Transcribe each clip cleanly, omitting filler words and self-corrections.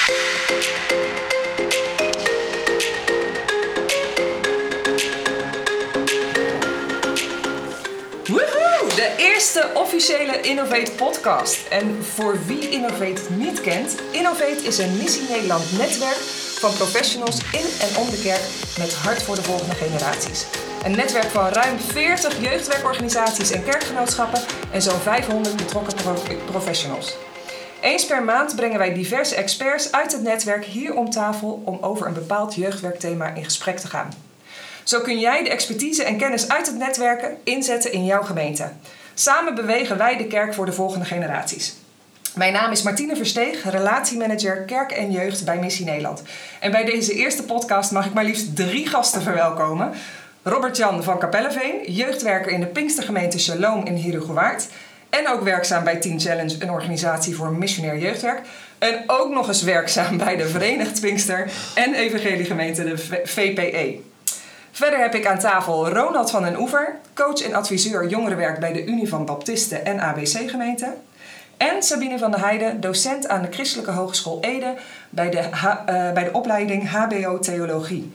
De eerste officiële Innovate podcast. En voor wie Innovate niet kent, Innovate is een Missie Nederland netwerk van professionals in en om de kerk met hart voor de volgende generaties. Een netwerk van ruim 40 jeugdwerkorganisaties en kerkgenootschappen en zo'n 500 betrokken professionals. Eens per maand brengen wij diverse experts uit het netwerk hier om tafel om over een bepaald jeugdwerkthema in gesprek te gaan. Zo kun jij de expertise en kennis uit het netwerken inzetten in jouw gemeente. Samen bewegen wij de kerk voor de volgende generaties. Mijn naam is Martine Versteeg, relatiemanager Kerk en Jeugd bij Missie Nederland. En bij deze eerste podcast mag ik maar liefst 3 gasten verwelkomen. Robert-Jan van Kapelleveen, jeugdwerker in de Pinkstergemeente Shalom in Herugewaard. En ook werkzaam bij Teen Challenge, een organisatie voor missionair jeugdwerk. En ook nog eens werkzaam bij de Verenigd Pinkster en Evangeliegemeente, de VPE. Verder heb ik aan tafel Ronald van den Oever, coach en adviseur jongerenwerk bij de Unie van Baptisten en ABC-gemeente. En Sabine van der Heijden, docent aan de Christelijke Hogeschool Ede bij de opleiding HBO Theologie.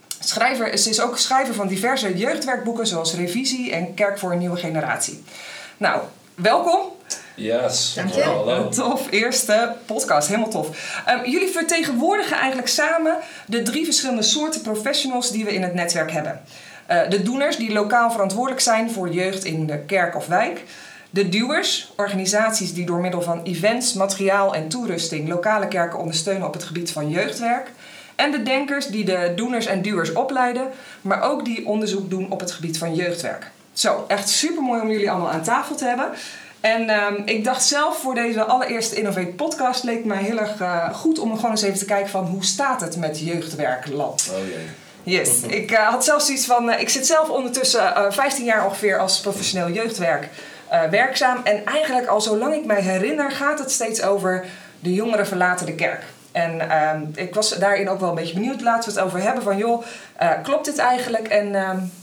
Ze is ook schrijver van diverse jeugdwerkboeken zoals Revisie en Kerk voor een nieuwe generatie. Nou, welkom. Yes. Dank je. Hallo. Tof, eerste podcast, helemaal tof. Jullie vertegenwoordigen eigenlijk samen de 3 verschillende soorten professionals die we in het netwerk hebben. De doeners die lokaal verantwoordelijk zijn voor jeugd in de kerk of wijk. De duwers, organisaties die door middel van events, materiaal en toerusting lokale kerken ondersteunen op het gebied van jeugdwerk. En de denkers die de doeners en duwers opleiden, maar ook die onderzoek doen op het gebied van jeugdwerk. Zo, echt supermooi om jullie allemaal aan tafel te hebben. En ik dacht zelf voor deze allereerste Innovate podcast leek mij heel erg goed om gewoon eens even te kijken van hoe staat het met jeugdwerkland. Oh jee. Yes, ik had zelfs zoiets van, ik zit zelf ondertussen 15 jaar ongeveer als professioneel jeugdwerk werkzaam. En eigenlijk al zolang ik mij herinner gaat het steeds over de jongeren verlaten de kerk. En ik was daarin ook wel een beetje benieuwd. Laten we het over hebben van joh, klopt dit eigenlijk? En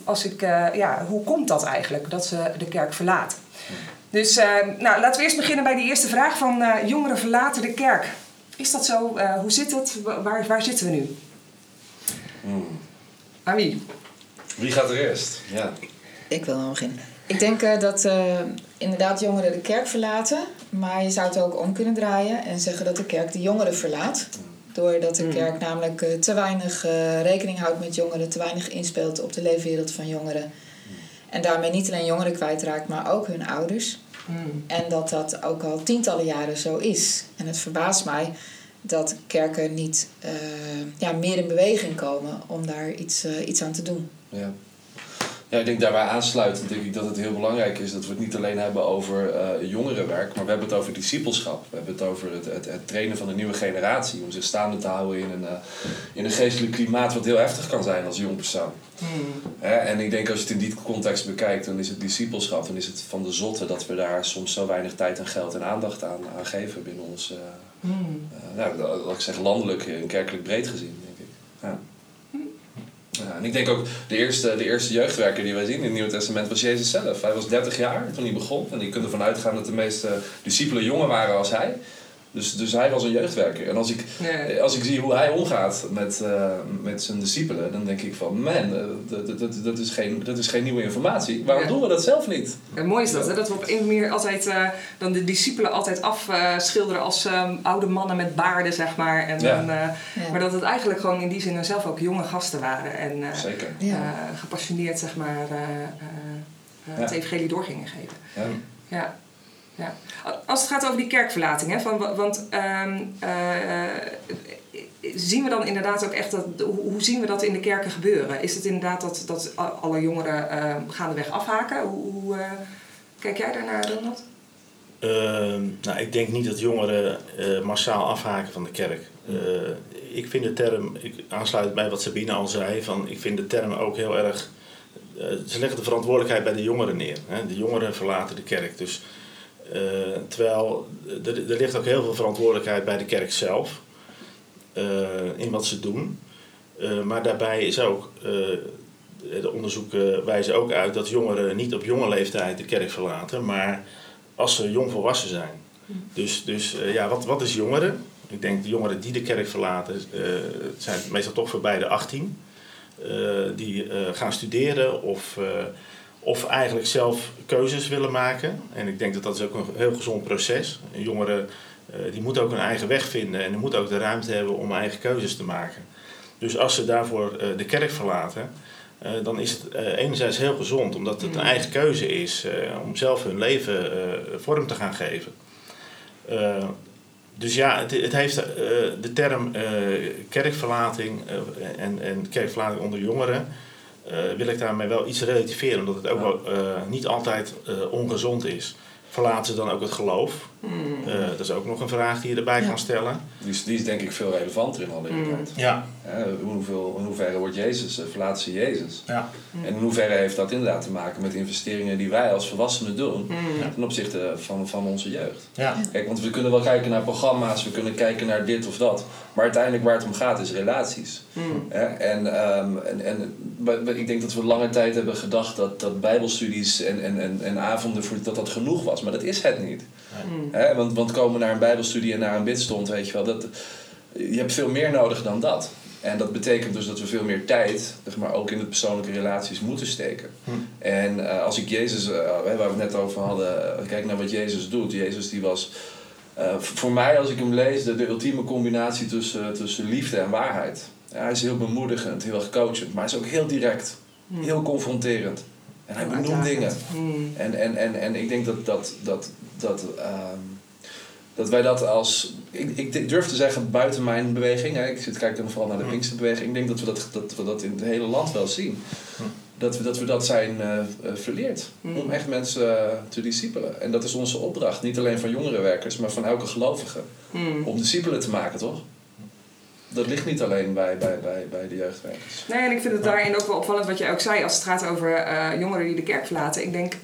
hoe komt dat eigenlijk dat ze de kerk verlaten? Dus laten we eerst beginnen bij die eerste vraag van jongeren verlaten de kerk. Is dat zo? Hoe zit het? Waar zitten we nu? Aan wie? Wie gaat er eerst? Ja. Ik wil wel beginnen. Ik denk dat inderdaad jongeren de kerk verlaten. Maar je zou het ook om kunnen draaien en zeggen dat de kerk de jongeren verlaat. Doordat de kerk namelijk te weinig rekening houdt met jongeren. Te weinig inspeelt op de leefwereld van jongeren. En daarmee niet alleen jongeren kwijtraakt, maar ook hun ouders. En dat ook al tientallen jaren zo is. En het verbaast mij dat kerken niet meer in beweging komen om daar iets aan te doen. Ja. Ja, ik denk daarbij aansluitend denk ik dat het heel belangrijk is dat we het niet alleen hebben over jongerenwerk, maar we hebben het over discipelschap. We hebben het over het trainen van een nieuwe generatie, om zich staande te houden in een geestelijk klimaat wat heel heftig kan zijn als jong persoon. En ik denk als je het in die context bekijkt, dan is het discipelschap, dan is het van de zotte dat we daar soms zo weinig tijd en geld en aandacht aan geven binnen ons, laat ik zeggen landelijk en kerkelijk breed gezien, denk ik. Ja. Ja, en ik denk ook, de eerste jeugdwerker die wij zien in het Nieuwe Testament was Jezus zelf. Hij was 30 jaar toen hij begon. En je kunt ervan uitgaan dat de meeste discipelen jonger waren als hij. Dus hij was een jeugdwerker. En als ik zie hoe hij omgaat met zijn discipelen, dan denk ik van, dat is geen nieuwe informatie. Waarom doen we dat zelf niet? En mooi is dat, hè? Dat we op een manier altijd dan de discipelen altijd afschilderen als oude mannen met baarden, zeg maar. En dan, maar dat het eigenlijk gewoon in die zin zelf ook jonge gasten waren. En gepassioneerd, zeg maar, het evangelie door gingen geven. Ja. Als het gaat over die kerkverlating, hè, zien we dan inderdaad ook echt hoe zien we dat in de kerken gebeuren? Is het inderdaad dat alle jongeren gaandeweg afhaken? Hoe kijk jij daarnaar, Ronald? Ik denk niet dat jongeren massaal afhaken van de kerk. Ik vind de term, aansluitend bij wat Sabine al zei, ik vind de term ook heel erg. Ze leggen de verantwoordelijkheid bij de jongeren neer. Hè? De jongeren verlaten de kerk. Dus terwijl er ligt ook heel veel verantwoordelijkheid bij de kerk zelf in wat ze doen. Maar daarbij is ook, de onderzoeken wijzen ook uit dat jongeren niet op jonge leeftijd de kerk verlaten, maar als ze jong volwassen zijn. Dus wat is jongeren? Ik denk de jongeren die de kerk verlaten zijn meestal toch voorbij de 18. Die gaan studeren of eigenlijk zelf keuzes willen maken. En ik denk dat is ook een heel gezond proces. Een jongere die moet ook een eigen weg vinden en die moet ook de ruimte hebben om eigen keuzes te maken. Dus als ze daarvoor de kerk verlaten, dan is het enerzijds heel gezond, omdat het een eigen keuze is om zelf hun leven vorm te gaan geven. Dus ja, het heeft de term kerkverlating en kerkverlating onder jongeren, wil ik daarmee wel iets relativeren, omdat het ook wel niet altijd ongezond is. Verlaten ze dan ook het geloof? Dat is ook nog een vraag die je erbij kan stellen. Die is denk ik veel relevanter in alle eerlijkheid. Ja. In hoeverre wordt verlaten ze Jezus? Ja. En in hoeverre heeft dat inderdaad te maken met investeringen die wij als volwassenen doen ten opzichte van onze jeugd? Ja. Kijk, want we kunnen wel kijken naar programma's, we kunnen kijken naar dit of dat, maar uiteindelijk waar het om gaat is relaties. En ik denk dat we lange tijd hebben gedacht dat bijbelstudies en avonden dat genoeg was, maar dat is het niet. Want komen naar een bijbelstudie en naar een bidstond, weet je wel, je hebt veel meer nodig dan dat. En dat betekent dus dat we veel meer tijd, zeg maar, ook in de persoonlijke relaties moeten steken. En als ik Jezus, waar we het net over hadden, kijk naar wat Jezus doet. Jezus die was voor mij, als ik hem lees, de ultieme combinatie tussen liefde en waarheid. Ja, hij is heel bemoedigend, heel erg coachend, maar hij is ook heel direct, heel confronterend. En hij benoemt dingen. En ik denk dat wij dat als... Ik durf te zeggen, buiten mijn beweging, kijk dan vooral naar de Pinksterbeweging, ik denk dat we dat in het hele land wel zien. Dat we dat zijn verleerd. Om echt mensen te discipelen. En dat is onze opdracht. Niet alleen van jongerenwerkers, maar van elke gelovige. Om discipelen te maken, toch? Dat ligt niet alleen bij de jeugdwerkers. Nee, en ik vind het daarin ook wel opvallend wat je ook zei als het gaat over jongeren die de kerk verlaten. Ik denk,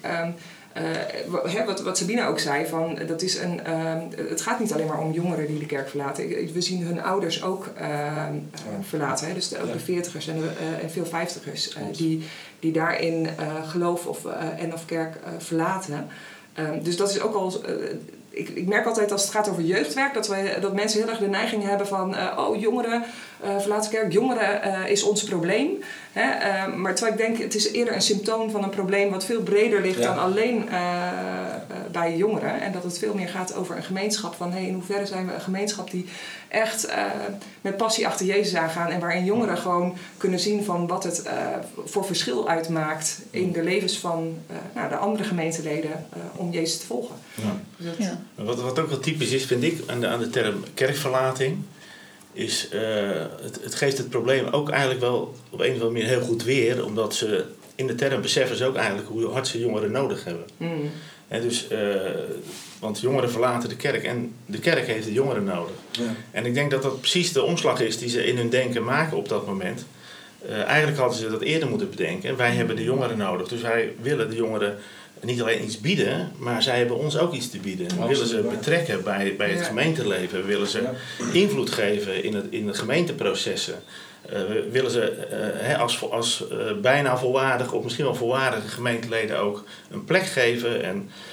wat Sabine ook zei, van, dat is het gaat niet alleen maar om jongeren die de kerk verlaten. We zien hun ouders ook verlaten. Hè? Dus ook de 40ers en veel 50ers die daarin geloof of kerk verlaten. Dus dat is ook al... Ik merk altijd als het gaat over jeugdwerk dat mensen heel erg de neiging hebben van jongeren verlaten de kerk, jongeren is ons probleem. Maar terwijl ik denk het is eerder een symptoom van een probleem wat veel breder ligt dan alleen bij jongeren. En dat het veel meer gaat over een gemeenschap van in hoeverre zijn we een gemeenschap die echt met passie achter Jezus aangaan en waarin jongeren gewoon kunnen zien van wat het voor verschil uitmaakt in de levens van de andere gemeenteleden om Jezus te volgen. Ja. Wat ook wel typisch is, vind ik, aan de term kerkverlating, is het geeft het probleem ook eigenlijk wel op een of andere manier heel goed weer, omdat ze in de term beseffen ze ook eigenlijk hoe hard ze jongeren nodig hebben. En dus, want jongeren verlaten de kerk en de kerk heeft de jongeren nodig. Ja. En ik denk dat dat precies de omslag is die ze in hun denken maken op dat moment. Eigenlijk hadden ze dat eerder moeten bedenken. Wij hebben de jongeren nodig, dus wij willen de jongeren niet alleen iets bieden, maar zij hebben ons ook iets te bieden. We willen ze betrekken bij het gemeenteleven. We willen ze invloed geven in de gemeenteprocessen. We willen ze als bijna volwaardig of misschien wel volwaardige gemeenteleden ook een plek geven.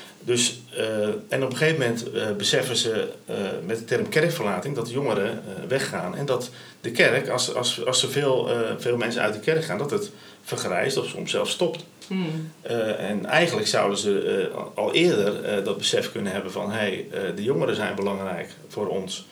En op een gegeven moment beseffen ze met de term kerkverlating dat de jongeren weggaan. En dat de kerk, als er veel mensen uit de kerk gaan, dat het vergrijst of soms zelfs stopt. En eigenlijk zouden ze al eerder dat besef kunnen hebben van de jongeren zijn belangrijk voor ons.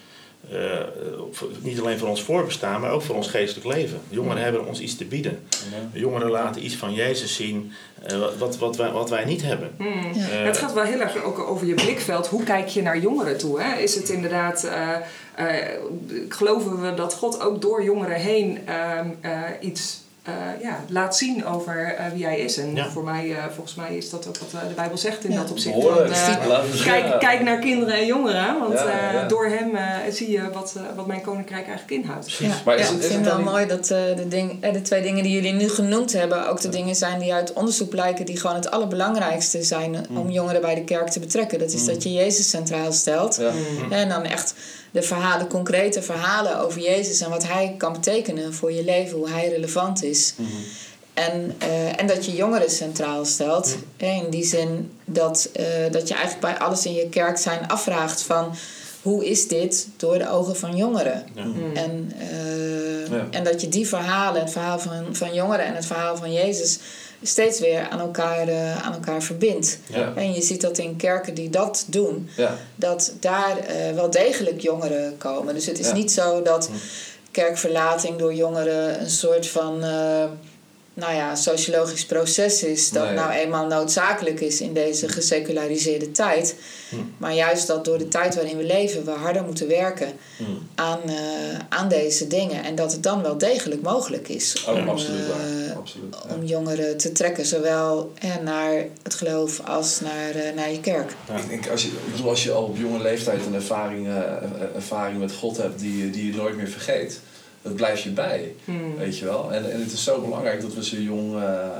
Niet alleen voor ons voorbestaan, maar ook voor ons geestelijk leven. De jongeren hebben ons iets te bieden. De jongeren laten iets van Jezus zien wat wij niet hebben. Het gaat wel heel erg ook over je blikveld. Hoe kijk je naar jongeren toe? Hè? Is het inderdaad... geloven we dat God ook door jongeren heen iets... laat zien over wie hij is. En volgens mij is dat ook wat de Bijbel zegt in dat opzicht. Kijk naar kinderen en jongeren, want door hem zie je wat mijn koninkrijk eigenlijk inhoudt. Ja. Maar ik vind het wel mooi dat de twee dingen die jullie nu genoemd hebben ook de dingen zijn die uit onderzoek blijken die gewoon het allerbelangrijkste zijn om jongeren bij de kerk te betrekken. Dat is dat je Jezus centraal stelt. En dan echt de concrete verhalen over Jezus en wat hij kan betekenen voor je leven, hoe hij relevant is. En dat je jongeren centraal stelt. In die zin dat je eigenlijk bij alles in je kerk zijn afvraagt van hoe is dit door de ogen van jongeren? Ja. En dat je die verhalen, het verhaal van jongeren en het verhaal van Jezus, steeds weer aan elkaar verbindt. Ja. En je ziet dat in kerken die dat doen, dat daar wel degelijk jongeren komen. Dus het is niet zo dat kerkverlating door jongeren een soort van sociologisch proces is dat nou eenmaal noodzakelijk is in deze geseculariseerde tijd. Maar juist dat door de tijd waarin we leven we harder moeten werken aan deze dingen. En dat het dan wel degelijk mogelijk is om jongeren te trekken. Zowel naar het geloof als naar je kerk. Ja. Ik denk, als je al op jonge leeftijd een ervaring met God hebt die je nooit meer vergeet. Dat blijft je bij, weet je wel. En het is zo belangrijk dat we ze jong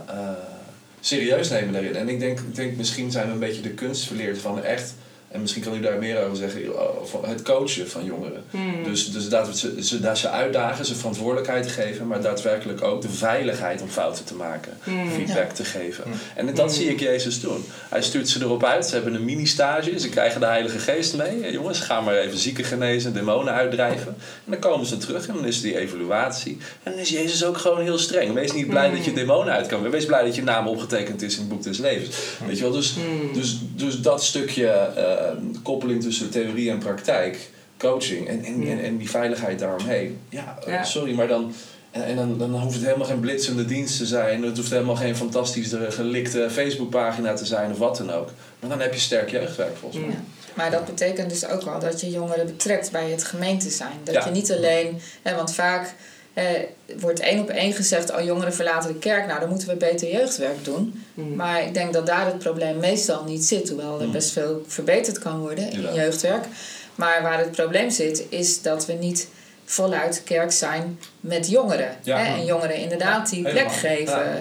serieus nemen daarin. En ik denk misschien zijn we een beetje de kunst verleerd van echt... En misschien kan u daar meer over zeggen, het coachen van jongeren. Dus dat we ze uitdagen, ze verantwoordelijkheid geven, maar daadwerkelijk ook de veiligheid om fouten te maken, feedback te geven. En dat zie ik Jezus doen. Hij stuurt ze erop uit, ze hebben een mini-stage, ze krijgen de Heilige Geest mee. Jongens, ga maar even zieken genezen, demonen uitdrijven. En dan komen ze terug en dan is die evaluatie. En dan is Jezus ook gewoon heel streng. Wees niet blij dat je demonen uit kan. Wees blij dat je naam opgetekend is in het boek des levens. Weet je wel, dus dat stukje... koppeling tussen theorie en praktijk, coaching en die veiligheid daaromheen. Sorry, maar dan hoeft het helemaal geen blitsende dienst te zijn. Het hoeft helemaal geen fantastisch gelikte Facebookpagina te zijn of wat dan ook. Maar dan heb je sterk jeugdwerk volgens mij. Ja. Maar dat betekent dus ook wel dat je jongeren betrekt bij het gemeente zijn. Dat je niet alleen... want vaak wordt 1 op 1 gezegd... jongeren verlaten de kerk, nou dan moeten we beter jeugdwerk doen. Maar ik denk dat daar het probleem meestal niet zit. Hoewel er best veel verbeterd kan worden in jeugdwerk. Maar waar het probleem zit, is dat we niet voluit kerk zijn met jongeren. En jongeren inderdaad die plek geven. Ja.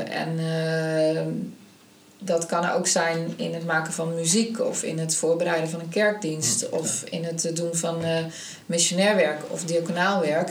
En dat kan ook zijn in het maken van muziek... of in het voorbereiden van een kerkdienst... of in het doen van missionair werk of diaconaal werk...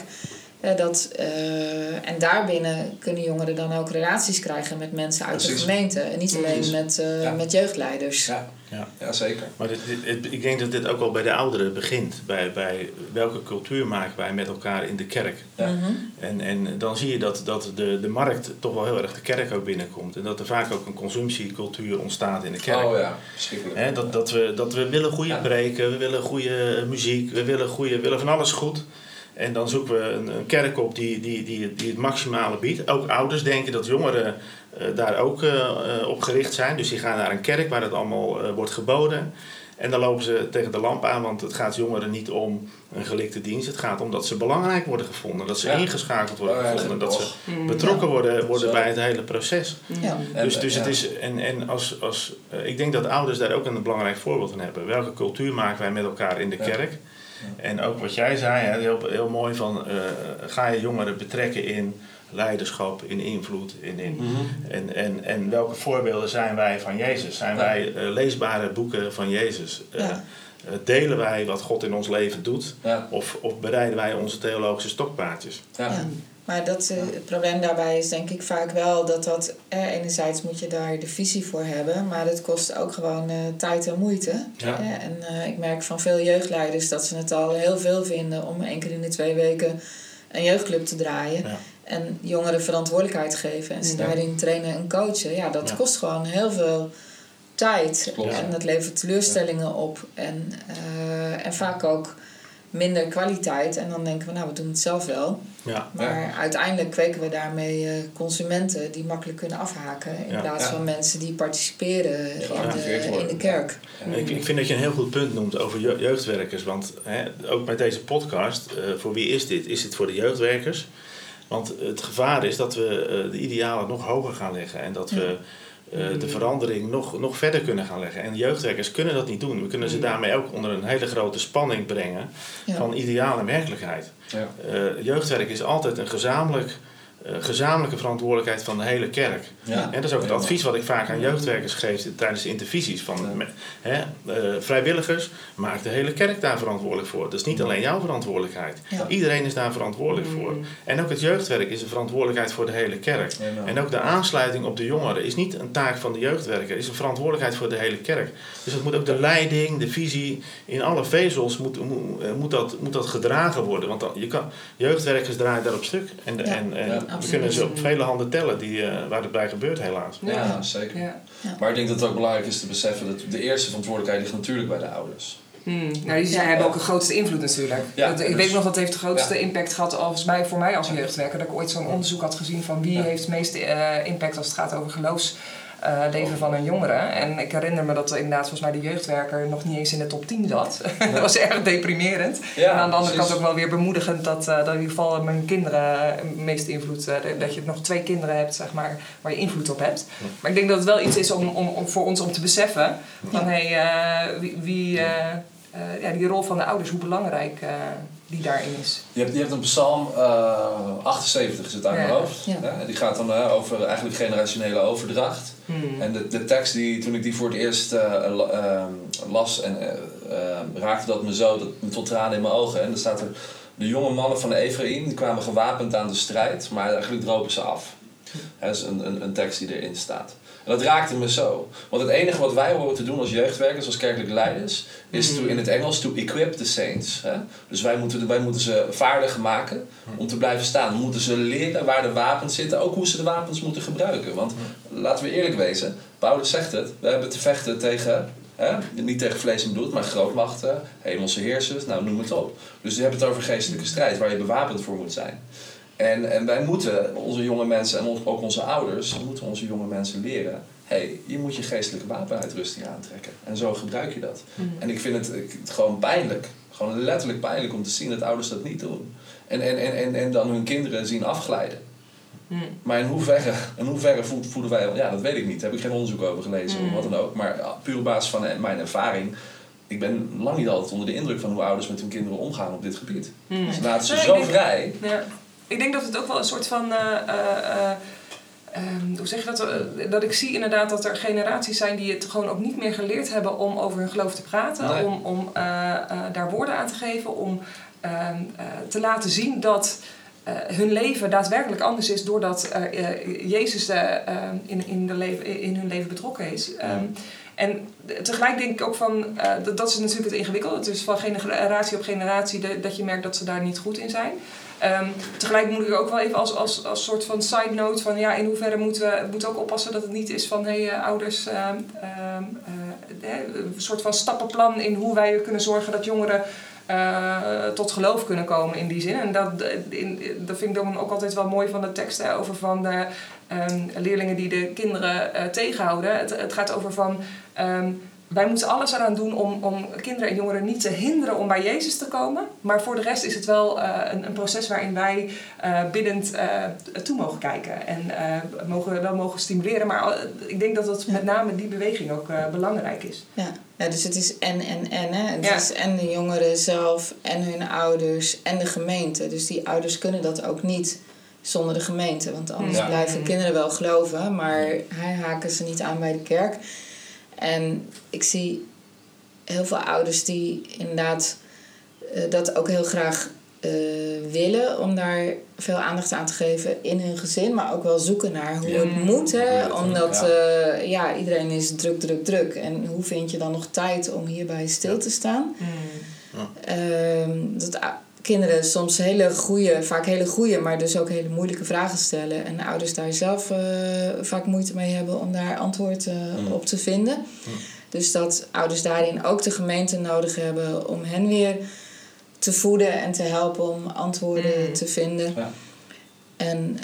En daarbinnen kunnen jongeren dan ook relaties krijgen met mensen uit de gemeente. En niet alleen met jeugdleiders. Ja, zeker. Maar ik denk dat dit ook al bij de ouderen begint. Bij welke cultuur maken wij met elkaar in de kerk. Ja. En dan zie je dat de markt toch wel heel erg de kerk ook binnenkomt. En dat er vaak ook een consumptiecultuur ontstaat in de kerk. Oh ja, verschrikkelijk. Dat we willen goede preken, we willen goede muziek, we willen van alles goed. En dan zoeken we een kerk op die het maximale biedt. Ook ouders denken dat jongeren daar ook op gericht zijn. Dus die gaan naar een kerk waar het allemaal wordt geboden. En dan lopen ze tegen de lamp aan, want het gaat jongeren niet om een gelikte dienst. Het gaat om dat ze belangrijk worden gevonden. Dat ze ingeschakeld worden gevonden. Dat ze betrokken worden bij het hele proces. Ja. Dus het is... ik denk dat ouders daar ook een belangrijk voorbeeld in hebben. Welke cultuur maken wij met elkaar in de kerk? Ja. En ook wat jij zei, heel mooi van... ga je jongeren betrekken in leiderschap, in invloed. En welke voorbeelden zijn wij van Jezus? Zijn wij leesbare boeken van Jezus? Delen wij wat God in ons leven doet? Ja. Of bereiden wij onze theologische stokpaardjes? Ja. Maar het probleem daarbij is denk ik vaak wel dat enerzijds moet je daar de visie voor hebben, maar het kost ook gewoon tijd en moeite. Ja. En ik merk van veel jeugdleiders dat ze het al heel veel vinden om 1 keer in de 2 weken een jeugdclub te draaien. Ja. En jongeren verantwoordelijkheid geven en ze daarin trainen en coachen. Ja, dat kost gewoon heel veel tijd. Klopt. En dat levert teleurstellingen op. En vaak ook minder kwaliteit. En dan denken we, we doen het zelf wel. Ja. Maar uiteindelijk kweken we daarmee consumenten die makkelijk kunnen afhaken. In plaats van mensen die participeren in de kerk. Ja. Ik vind dat je een heel goed punt noemt over jeugdwerkers. Want ook met deze podcast, voor wie is dit? Is dit voor de jeugdwerkers? Want het gevaar is dat we de idealen nog hoger gaan leggen. En dat we de verandering nog verder kunnen gaan leggen. En jeugdwerkers kunnen dat niet doen. We kunnen ze daarmee ook onder een hele grote spanning brengen van ideaal en werkelijkheid. Ja. Jeugdwerk is altijd een gezamenlijk gezamenlijke verantwoordelijkheid van de hele kerk. Ja. En dat is ook het advies wat ik vaak aan jeugdwerkers geef tijdens de intervisies. Vrijwilligers, maak de hele kerk daar verantwoordelijk voor. Dat is niet alleen jouw verantwoordelijkheid. Ja. Iedereen is daar verantwoordelijk voor. En ook het jeugdwerk is een verantwoordelijkheid voor de hele kerk. En ook de aansluiting op de jongeren is niet een taak van de jeugdwerker. Het is een verantwoordelijkheid voor de hele kerk. Dus dat moet ook de leiding, de visie, in alle vezels moet dat gedragen worden. Want jeugdwerkers draaien daar op stuk. En we kunnen ze op vele handen tellen waar het bij gebeurt helaas. Ja, zeker. Ja. Maar ik denk dat het ook belangrijk is te beseffen dat de eerste verantwoordelijkheid ligt natuurlijk bij de ouders. Nou, die hebben ook een grootste invloed natuurlijk. Ja, ik weet nog dat het heeft de grootste impact gehad voor mij als jeugdwerker. Dat ik ooit zo'n onderzoek had gezien van wie heeft het meeste impact als het gaat over geloofsleven van een jongere. En ik herinner me dat inderdaad volgens mij de jeugdwerker nog niet eens in de top 10 zat. Dat was erg deprimerend. Ja, en aan de andere kant ook wel weer bemoedigend dat in ieder geval mijn kinderen meest invloed, dat je nog 2 kinderen hebt, zeg maar, waar je invloed op hebt. Maar ik denk dat het wel iets is voor ons om te beseffen van die rol van de ouders, hoe belangrijk die daarin is. Je hebt een psalm 78 is het aan mijn hoofd. Ja. Die gaat dan over eigenlijk generationele overdracht. En de tekst toen ik die voor het eerst las en raakte dat me zo tot tranen in mijn ogen. En dan staat er: de jonge mannen van Efraïm die kwamen gewapend aan de strijd, maar eigenlijk dropen ze af. Dat is een tekst die erin staat. En dat raakte me zo. Want het enige wat wij horen te doen als jeugdwerkers, als kerkelijke leiders, is in het Engels to equip the saints. Hè? Dus wij moeten ze vaardig maken om te blijven staan. We moeten ze leren waar de wapens zitten, ook hoe ze de wapens moeten gebruiken. Want laten we eerlijk wezen, Paulus zegt het, we hebben te vechten tegen, niet tegen vlees en bloed, maar grootmachten, hemelse heersers, nou noem het op. Dus je hebt het over geestelijke strijd, waar je bewapend voor moet zijn. En wij moeten onze jonge mensen en ook onze ouders, moeten onze jonge mensen leren: je moet je geestelijke wapenuitrusting aantrekken. En zo gebruik je dat. En ik vind het gewoon pijnlijk, gewoon letterlijk pijnlijk om te zien dat ouders dat niet doen. En dan hun kinderen zien afglijden. Maar in hoeverre voeden wij, dat weet ik niet. Daar heb ik geen onderzoek over gelezen of wat dan ook. Maar puur op basis van mijn ervaring, ik ben lang niet altijd onder de indruk van hoe ouders met hun kinderen omgaan op dit gebied. Ze laten ze zo vrij. Ja. Ik denk dat het ook wel een soort van, hoe zeg je dat? Dat ik zie inderdaad dat er generaties zijn die het gewoon ook niet meer geleerd hebben om over hun geloof te praten. Nee. Om daar woorden aan te geven. Om te laten zien dat hun leven daadwerkelijk anders is doordat Jezus in hun leven betrokken is. En tegelijk denk ik ook van, dat is natuurlijk het ingewikkelde. Het is van generatie op generatie dat je merkt dat ze daar niet goed in zijn. Tegelijk moet ik ook wel even als soort van side note van in hoeverre moeten we ook oppassen dat het niet is van ouders een soort van stappenplan in hoe wij kunnen zorgen dat jongeren tot geloof kunnen komen in die zin. En dat vind ik dan ook altijd wel mooi van de tekst over van de leerlingen die de kinderen tegenhouden. Het gaat over van wij moeten alles eraan doen om kinderen en jongeren niet te hinderen om bij Jezus te komen. Maar voor de rest is het wel een proces waarin wij biddend toe mogen kijken. En mogen stimuleren. Maar ik denk dat met name die beweging ook belangrijk is. Ja, dus het is en. Hè? Het is en de jongeren zelf en hun ouders en de gemeente. Dus die ouders kunnen dat ook niet zonder de gemeente. Want anders blijven kinderen wel geloven. Maar haken ze niet aan bij de kerk. En ik zie heel veel ouders die inderdaad dat ook heel graag willen om daar veel aandacht aan te geven in hun gezin, maar ook wel zoeken naar hoe het moet. Hè? Omdat iedereen is druk. En hoe vind je dan nog tijd om hierbij stil te staan? Dat kinderen soms vaak hele goede, maar dus ook hele moeilijke vragen stellen. En ouders daar zelf vaak moeite mee hebben om daar antwoord op te vinden. Dus dat ouders daarin ook de gemeente nodig hebben om hen weer te voeden en te helpen om antwoorden te vinden. Ja. En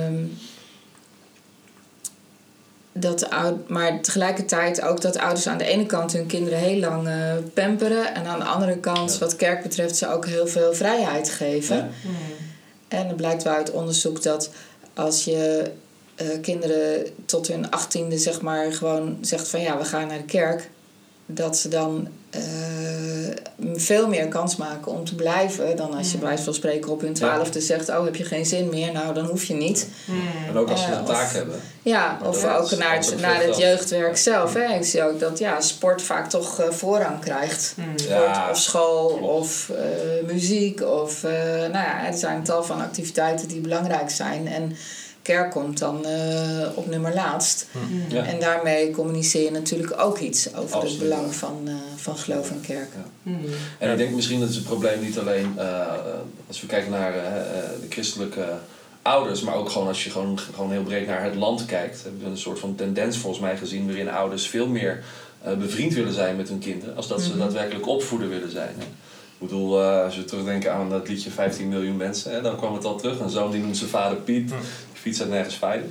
maar tegelijkertijd ook dat ouders aan de ene kant hun kinderen heel lang pamperen. En aan de andere kant, wat kerk betreft, ze ook heel veel vrijheid geven. Ja. En er blijkt wel uit onderzoek dat als je kinderen tot hun 18e zeg maar gewoon zegt van we gaan naar de kerk. dat ze dan veel meer kans maken om te blijven dan als je bij wijze van spreken op hun 12e zegt, heb je geen zin meer, nou dan hoef je niet. En ook als ze een taak hebben. Ja, of ook naar het jeugdwerk zelf. Hè. Ik zie ook dat sport vaak toch voorrang krijgt. Sport of school of muziek of er zijn een tal van activiteiten die belangrijk zijn en kerk komt dan op nummer laatst. Ja. En daarmee communiceer je natuurlijk ook iets over het belang van geloof en kerk. Ja. En ik denk misschien dat het probleem niet alleen als we kijken naar de christelijke ouders, maar ook gewoon als je gewoon heel breed naar het land kijkt. Hebben we een soort van tendens volgens mij gezien waarin ouders veel meer bevriend willen zijn met hun kinderen als dat ze daadwerkelijk opvoeder willen zijn. Hè. Ik bedoel, als we terugdenken aan dat liedje 15 miljoen mensen, hè, dan kwam het al terug. Een zoon die noemt zijn vader Piet. Fiets uit nergens veilig.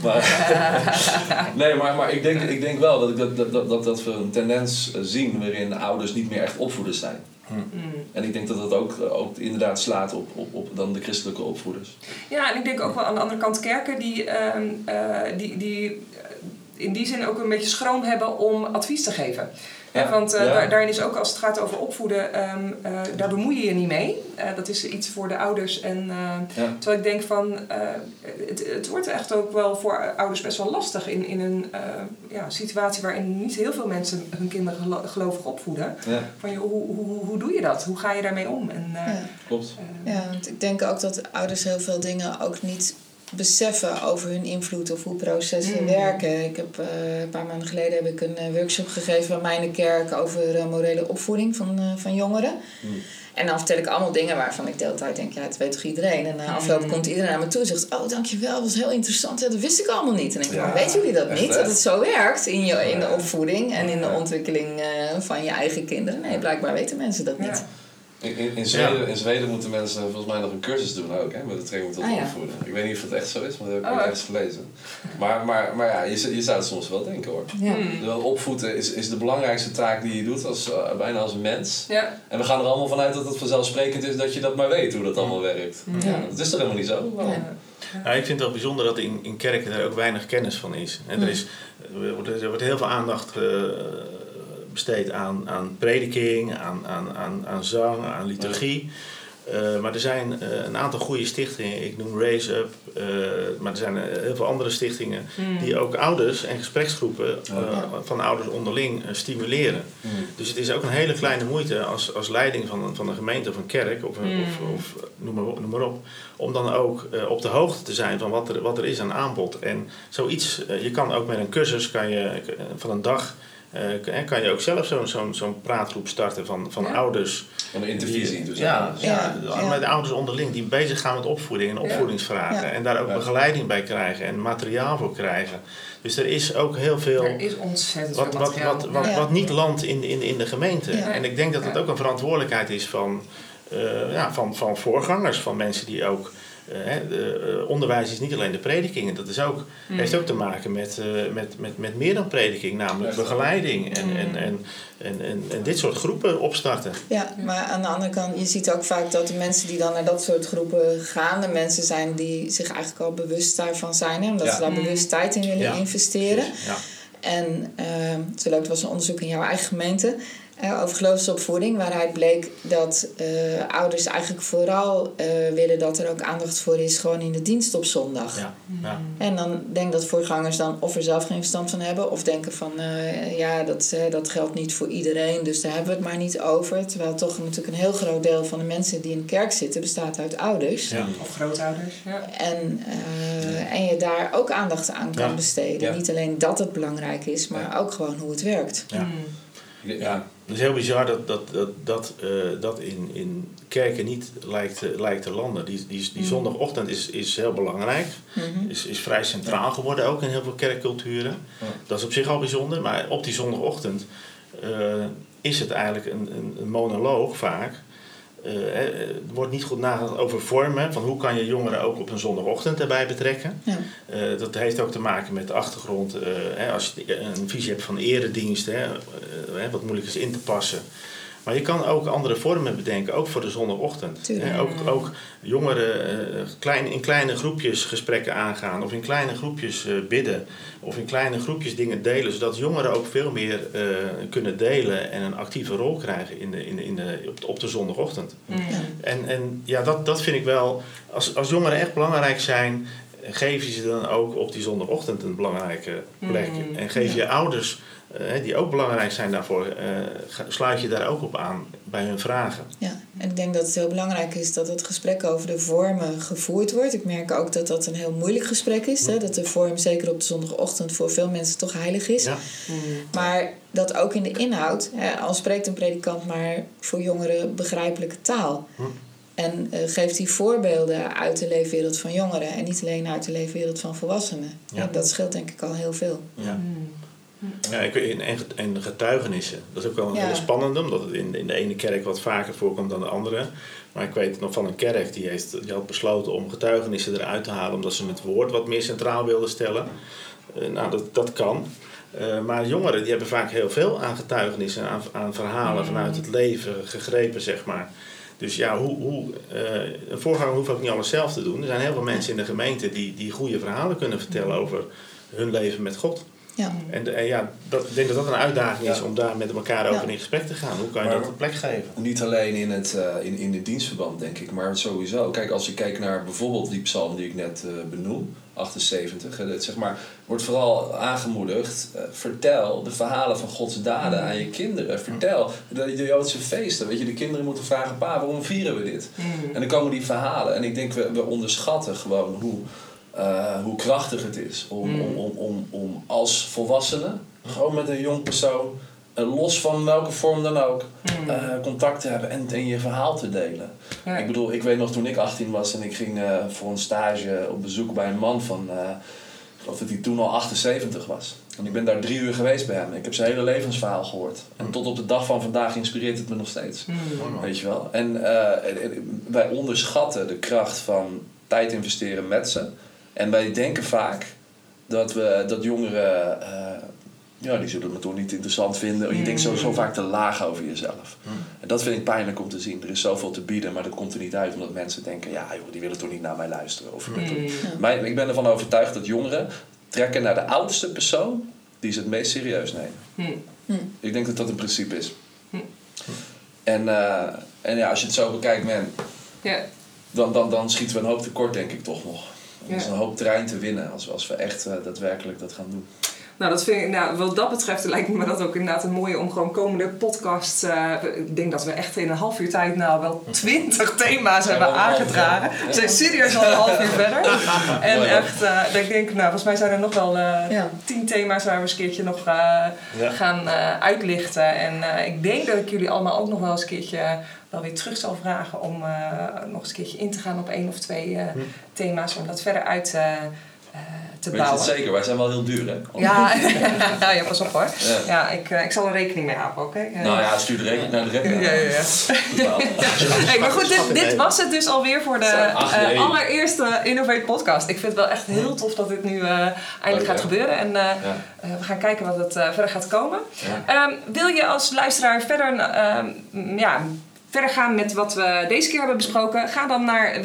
Maar ik denk wel dat we een tendens zien waarin ouders niet meer echt opvoeders zijn. En ik denk dat dat ook inderdaad slaat op dan de christelijke opvoeders. Ja, en ik denk ook wel aan de andere kant kerken die in die zin ook een beetje schroom hebben om advies te geven. Ja, want daarin is ook als het gaat over opvoeden, daar bemoei je je niet mee. Dat is iets voor de ouders. En, terwijl ik denk van, het wordt echt ook wel voor ouders best wel lastig in een situatie waarin niet heel veel mensen hun kinderen gelovig opvoeden. Ja. Van, hoe doe je dat? Hoe ga je daarmee om? En, klopt. Want ik denk ook dat ouders heel veel dingen ook niet beseffen over hun invloed of hoe processen werken. Ik heb een paar maanden geleden een workshop gegeven bij mijn kerk over morele opvoeding van jongeren. En dan vertel ik allemaal dingen waarvan ik de hele tijd denk, het weet toch iedereen? En na afloop komt iedereen naar me toe en zegt, dankjewel, dat was heel interessant. Ja, dat wist ik allemaal niet. En ik denk, weten jullie dat niet? Dat het zo werkt in de opvoeding en in de ontwikkeling van je eigen kinderen? Nee, blijkbaar weten mensen dat niet. In Zweden moeten mensen volgens mij nog een cursus doen ook, hè, met de training tot opvoeden. Ik weet niet of het echt zo is, maar dat heb ik ergens gelezen. Maar je zou het soms wel denken hoor. Ja. Opvoeden is de belangrijkste taak die je doet bijna als mens. Ja. En we gaan er allemaal vanuit dat het vanzelfsprekend is dat je dat maar weet hoe dat allemaal werkt. Ja. Dat is toch helemaal niet zo? Ja, ik vind het wel bijzonder dat in kerken er ook weinig kennis van is. En er wordt heel veel aandacht besteed aan prediking, aan zang, aan liturgie. Maar er zijn een aantal goede stichtingen. Ik noem Raise Up. Maar er zijn heel veel andere stichtingen die ook ouders en gespreksgroepen van ouders onderling stimuleren. Dus het is ook een hele kleine moeite als leiding van een gemeente of een kerk of noem maar op. Om dan ook op de hoogte te zijn van wat er is aan aanbod. En zoiets, je kan ook met een cursus van een dag kan je ook zelf zo'n praatgroep starten van ouders. Van een intervisie. Dus met de ouders onderling die bezig gaan met opvoeding en opvoedingsvragen. Ja. En daar ook begeleiding bij krijgen en materiaal voor krijgen. Dus er is ook heel veel. Er is ontzettend veel materiaal. Wat niet landt in de gemeente. Ja. En ik denk dat het ook een verantwoordelijkheid is van voorgangers, van mensen die ook. Onderwijs is niet alleen de predikingen, dat is ook, heeft ook te maken met meer dan prediking, namelijk begeleiding en dit soort groepen opstarten. Ja, maar aan de andere kant, je ziet ook vaak dat de mensen die dan naar dat soort groepen gaan, de mensen zijn die zich eigenlijk al bewust daarvan zijn, omdat ze daar bewust tijd in willen investeren. Ja. En er was een onderzoek in jouw eigen gemeente over geloofsopvoeding, waaruit bleek dat ouders eigenlijk vooral willen dat er ook aandacht voor is gewoon in de dienst op zondag. Ja. Ja. En dan denk ik dat voorgangers dan of er zelf geen verstand van hebben of denken van dat geldt niet voor iedereen, dus daar hebben we het maar niet over. Terwijl toch natuurlijk een heel groot deel van de mensen die in de kerk zitten bestaat uit ouders. Ja. Of grootouders. Ja. En je daar ook aandacht aan kan besteden. Ja. Niet alleen dat het belangrijk is, maar ook gewoon hoe het werkt. Ja. Ja, het is heel bizar dat in kerken niet lijkt te landen. Die zondagochtend is heel belangrijk. Is vrij centraal geworden ook in heel veel kerkculturen. Dat is op zich al bijzonder. Maar op die zondagochtend is het eigenlijk een monoloog vaak. Er wordt niet goed nagedacht over vormen. Van hoe kan je jongeren ook op een zondagochtend erbij betrekken. Ja. Dat heeft ook te maken met de achtergrond. Als je een visie hebt van eredienst. Wat moeilijk is in te passen. Maar je kan ook andere vormen bedenken, ook voor de zondagochtend. Ook jongeren in kleine groepjes gesprekken aangaan, of in kleine groepjes bidden, of in kleine groepjes dingen delen, zodat jongeren ook veel meer kunnen delen en een actieve rol krijgen op de zondagochtend. En dat vind ik wel, als jongeren echt belangrijk zijn, geef je ze dan ook op die zondagochtend een belangrijke plek. En geef je ouders, die ook belangrijk zijn daarvoor, sluit je daar ook op aan bij hun vragen. Ja, en ik denk dat het heel belangrijk is dat het gesprek over de vormen gevoerd wordt. Ik merk ook dat dat een heel moeilijk gesprek is. Hè? Dat de vorm, zeker op de zondagochtend, voor veel mensen toch heilig is. Ja. Maar dat ook in de inhoud, al spreekt een predikant maar voor jongeren begrijpelijke taal. En geeft die voorbeelden uit de leefwereld van jongeren en niet alleen uit de leefwereld van volwassenen. Ja. En dat scheelt denk ik al heel veel. Ja. Ja, en getuigenissen. Dat is ook wel een hele spannende, omdat het in de ene kerk wat vaker voorkomt dan de andere. Maar ik weet nog van een kerk die had besloten om getuigenissen eruit te halen, omdat ze het woord wat meer centraal wilden stellen. Dat kan. Maar jongeren die hebben vaak heel veel aan getuigenissen, aan verhalen vanuit het leven gegrepen, zeg maar. Dus een voorganger hoeft ook niet alles zelf te doen. Er zijn heel veel mensen in de gemeente die goede verhalen kunnen vertellen over hun leven met God. Ja. En ik denk dat dat een uitdaging is om daar met elkaar over in gesprek te gaan. Hoe kan je dat een plek geven? Niet alleen in het dienstverband, denk ik, maar sowieso. Kijk, als je kijkt naar bijvoorbeeld die psalm die ik net benoem, 78, het zeg maar, wordt vooral aangemoedigd. Vertel de verhalen van Gods daden aan je kinderen. Vertel de Joodse feesten. Weet je, de kinderen moeten vragen, pa, waarom vieren we dit? En dan komen die verhalen. En ik denk, we onderschatten gewoon hoe krachtig het is om als volwassene, gewoon met een jong persoon, los van welke vorm dan ook, contact te hebben en je verhaal te delen. Ja. Ik bedoel, ik weet nog toen ik 18 was en ik ging voor een stage op bezoek bij een man van, ik geloof dat hij toen al 78 was. En ik ben daar 3 uur geweest bij hem. Ik heb zijn hele levensverhaal gehoord. En tot op de dag van vandaag inspireert het me nog steeds. Weet je wel? En wij onderschatten de kracht van tijd investeren met ze. En wij denken vaak dat jongeren, die zullen me toch niet interessant vinden. Je denkt zo vaak te laag over jezelf. En dat vind ik pijnlijk om te zien. Er is zoveel te bieden, maar dat komt er niet uit. Omdat mensen denken, die willen toch niet naar mij luisteren. Maar ik ben ervan overtuigd dat jongeren trekken naar de oudste persoon die ze het meest serieus nemen. Ik denk dat dat een principe is. En als je het zo bekijkt, dan schieten we een hoop tekort, denk ik toch nog. Er is een hoop terrein te winnen als we echt daadwerkelijk dat gaan doen. Nou, dat vind ik, wat dat betreft lijkt me dat ook inderdaad een mooie om gewoon komende podcasts. Ik denk dat we echt in een half uur tijd wel 20 thema's hebben aangedragen. We zijn serieus al een half uur verder. En echt, ik denk, volgens mij zijn er nog wel 10 thema's waar we eens een keertje nog gaan uitlichten. En ik denk dat ik jullie allemaal ook nog wel eens een keertje wel weer terug zal vragen om nog eens een keertje in te gaan op 1 of 2 thema's. Om dat verder uit te bouwen. Weet je het zeker? Wij zijn wel heel duur, hè? Ja, pas op hoor. Ja, ik zal er rekening mee houden, oké? Stuur de rekening naar de rekening. Hey, maar goed, dit was het dus alweer voor de allereerste Innovate podcast. Ik vind het wel echt heel tof dat dit nu eindelijk gaat gebeuren. En we gaan kijken wat het verder gaat komen. Ja. Wil je als luisteraar verder gaan met wat we deze keer hebben besproken? Ga dan naar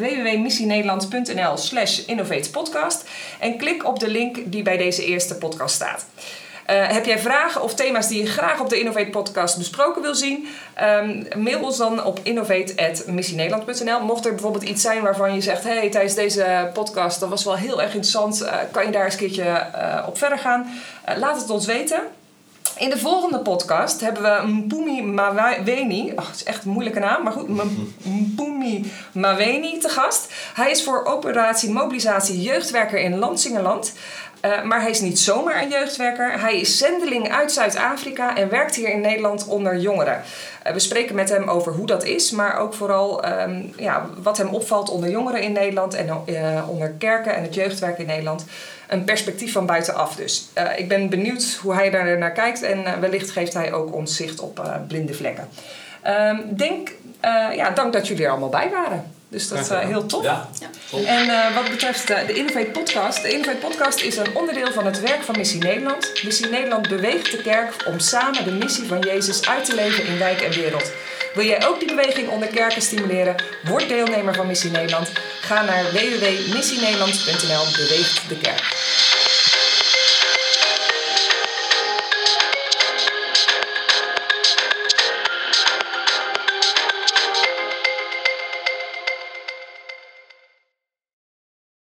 www.missienederland.nl/innovatepodcast en klik op de link die bij deze eerste podcast staat. Heb jij vragen of thema's die je graag op de Innovate podcast besproken wil zien? Mail ons dan op innovate@missienederland.nl. Mocht er bijvoorbeeld iets zijn waarvan je zegt, hey, tijdens deze podcast, dat was wel heel erg interessant, kan je daar eens een keertje op verder gaan? Laat het ons weten. In de volgende podcast hebben we Mpumi Maweni. Het is echt een moeilijke naam, maar goed. Mpumi Maweni te gast. Hij is voor operatie mobilisatie jeugdwerker in Lansingerland. Maar hij is niet zomaar een jeugdwerker. Hij is zendeling uit Zuid-Afrika en werkt hier in Nederland onder jongeren. We spreken met hem over hoe dat is, maar ook vooral wat hem opvalt onder jongeren in Nederland en onder kerken en het jeugdwerk in Nederland. Een perspectief van buitenaf dus. Ik ben benieuwd hoe hij daar naar kijkt en wellicht geeft hij ook ons zicht op blinde vlekken. Dank dat jullie er allemaal bij waren. Dus dat is heel tof. Ja, En wat betreft de Innovate Podcast. De Innovate Podcast is een onderdeel van het werk van Missie Nederland. Missie Nederland beweegt de kerk om samen de missie van Jezus uit te leven in wijk en wereld. Wil jij ook die beweging onder kerken stimuleren? Word deelnemer van Missie Nederland. Ga naar www.missienederland.nl. Beweegt de kerk.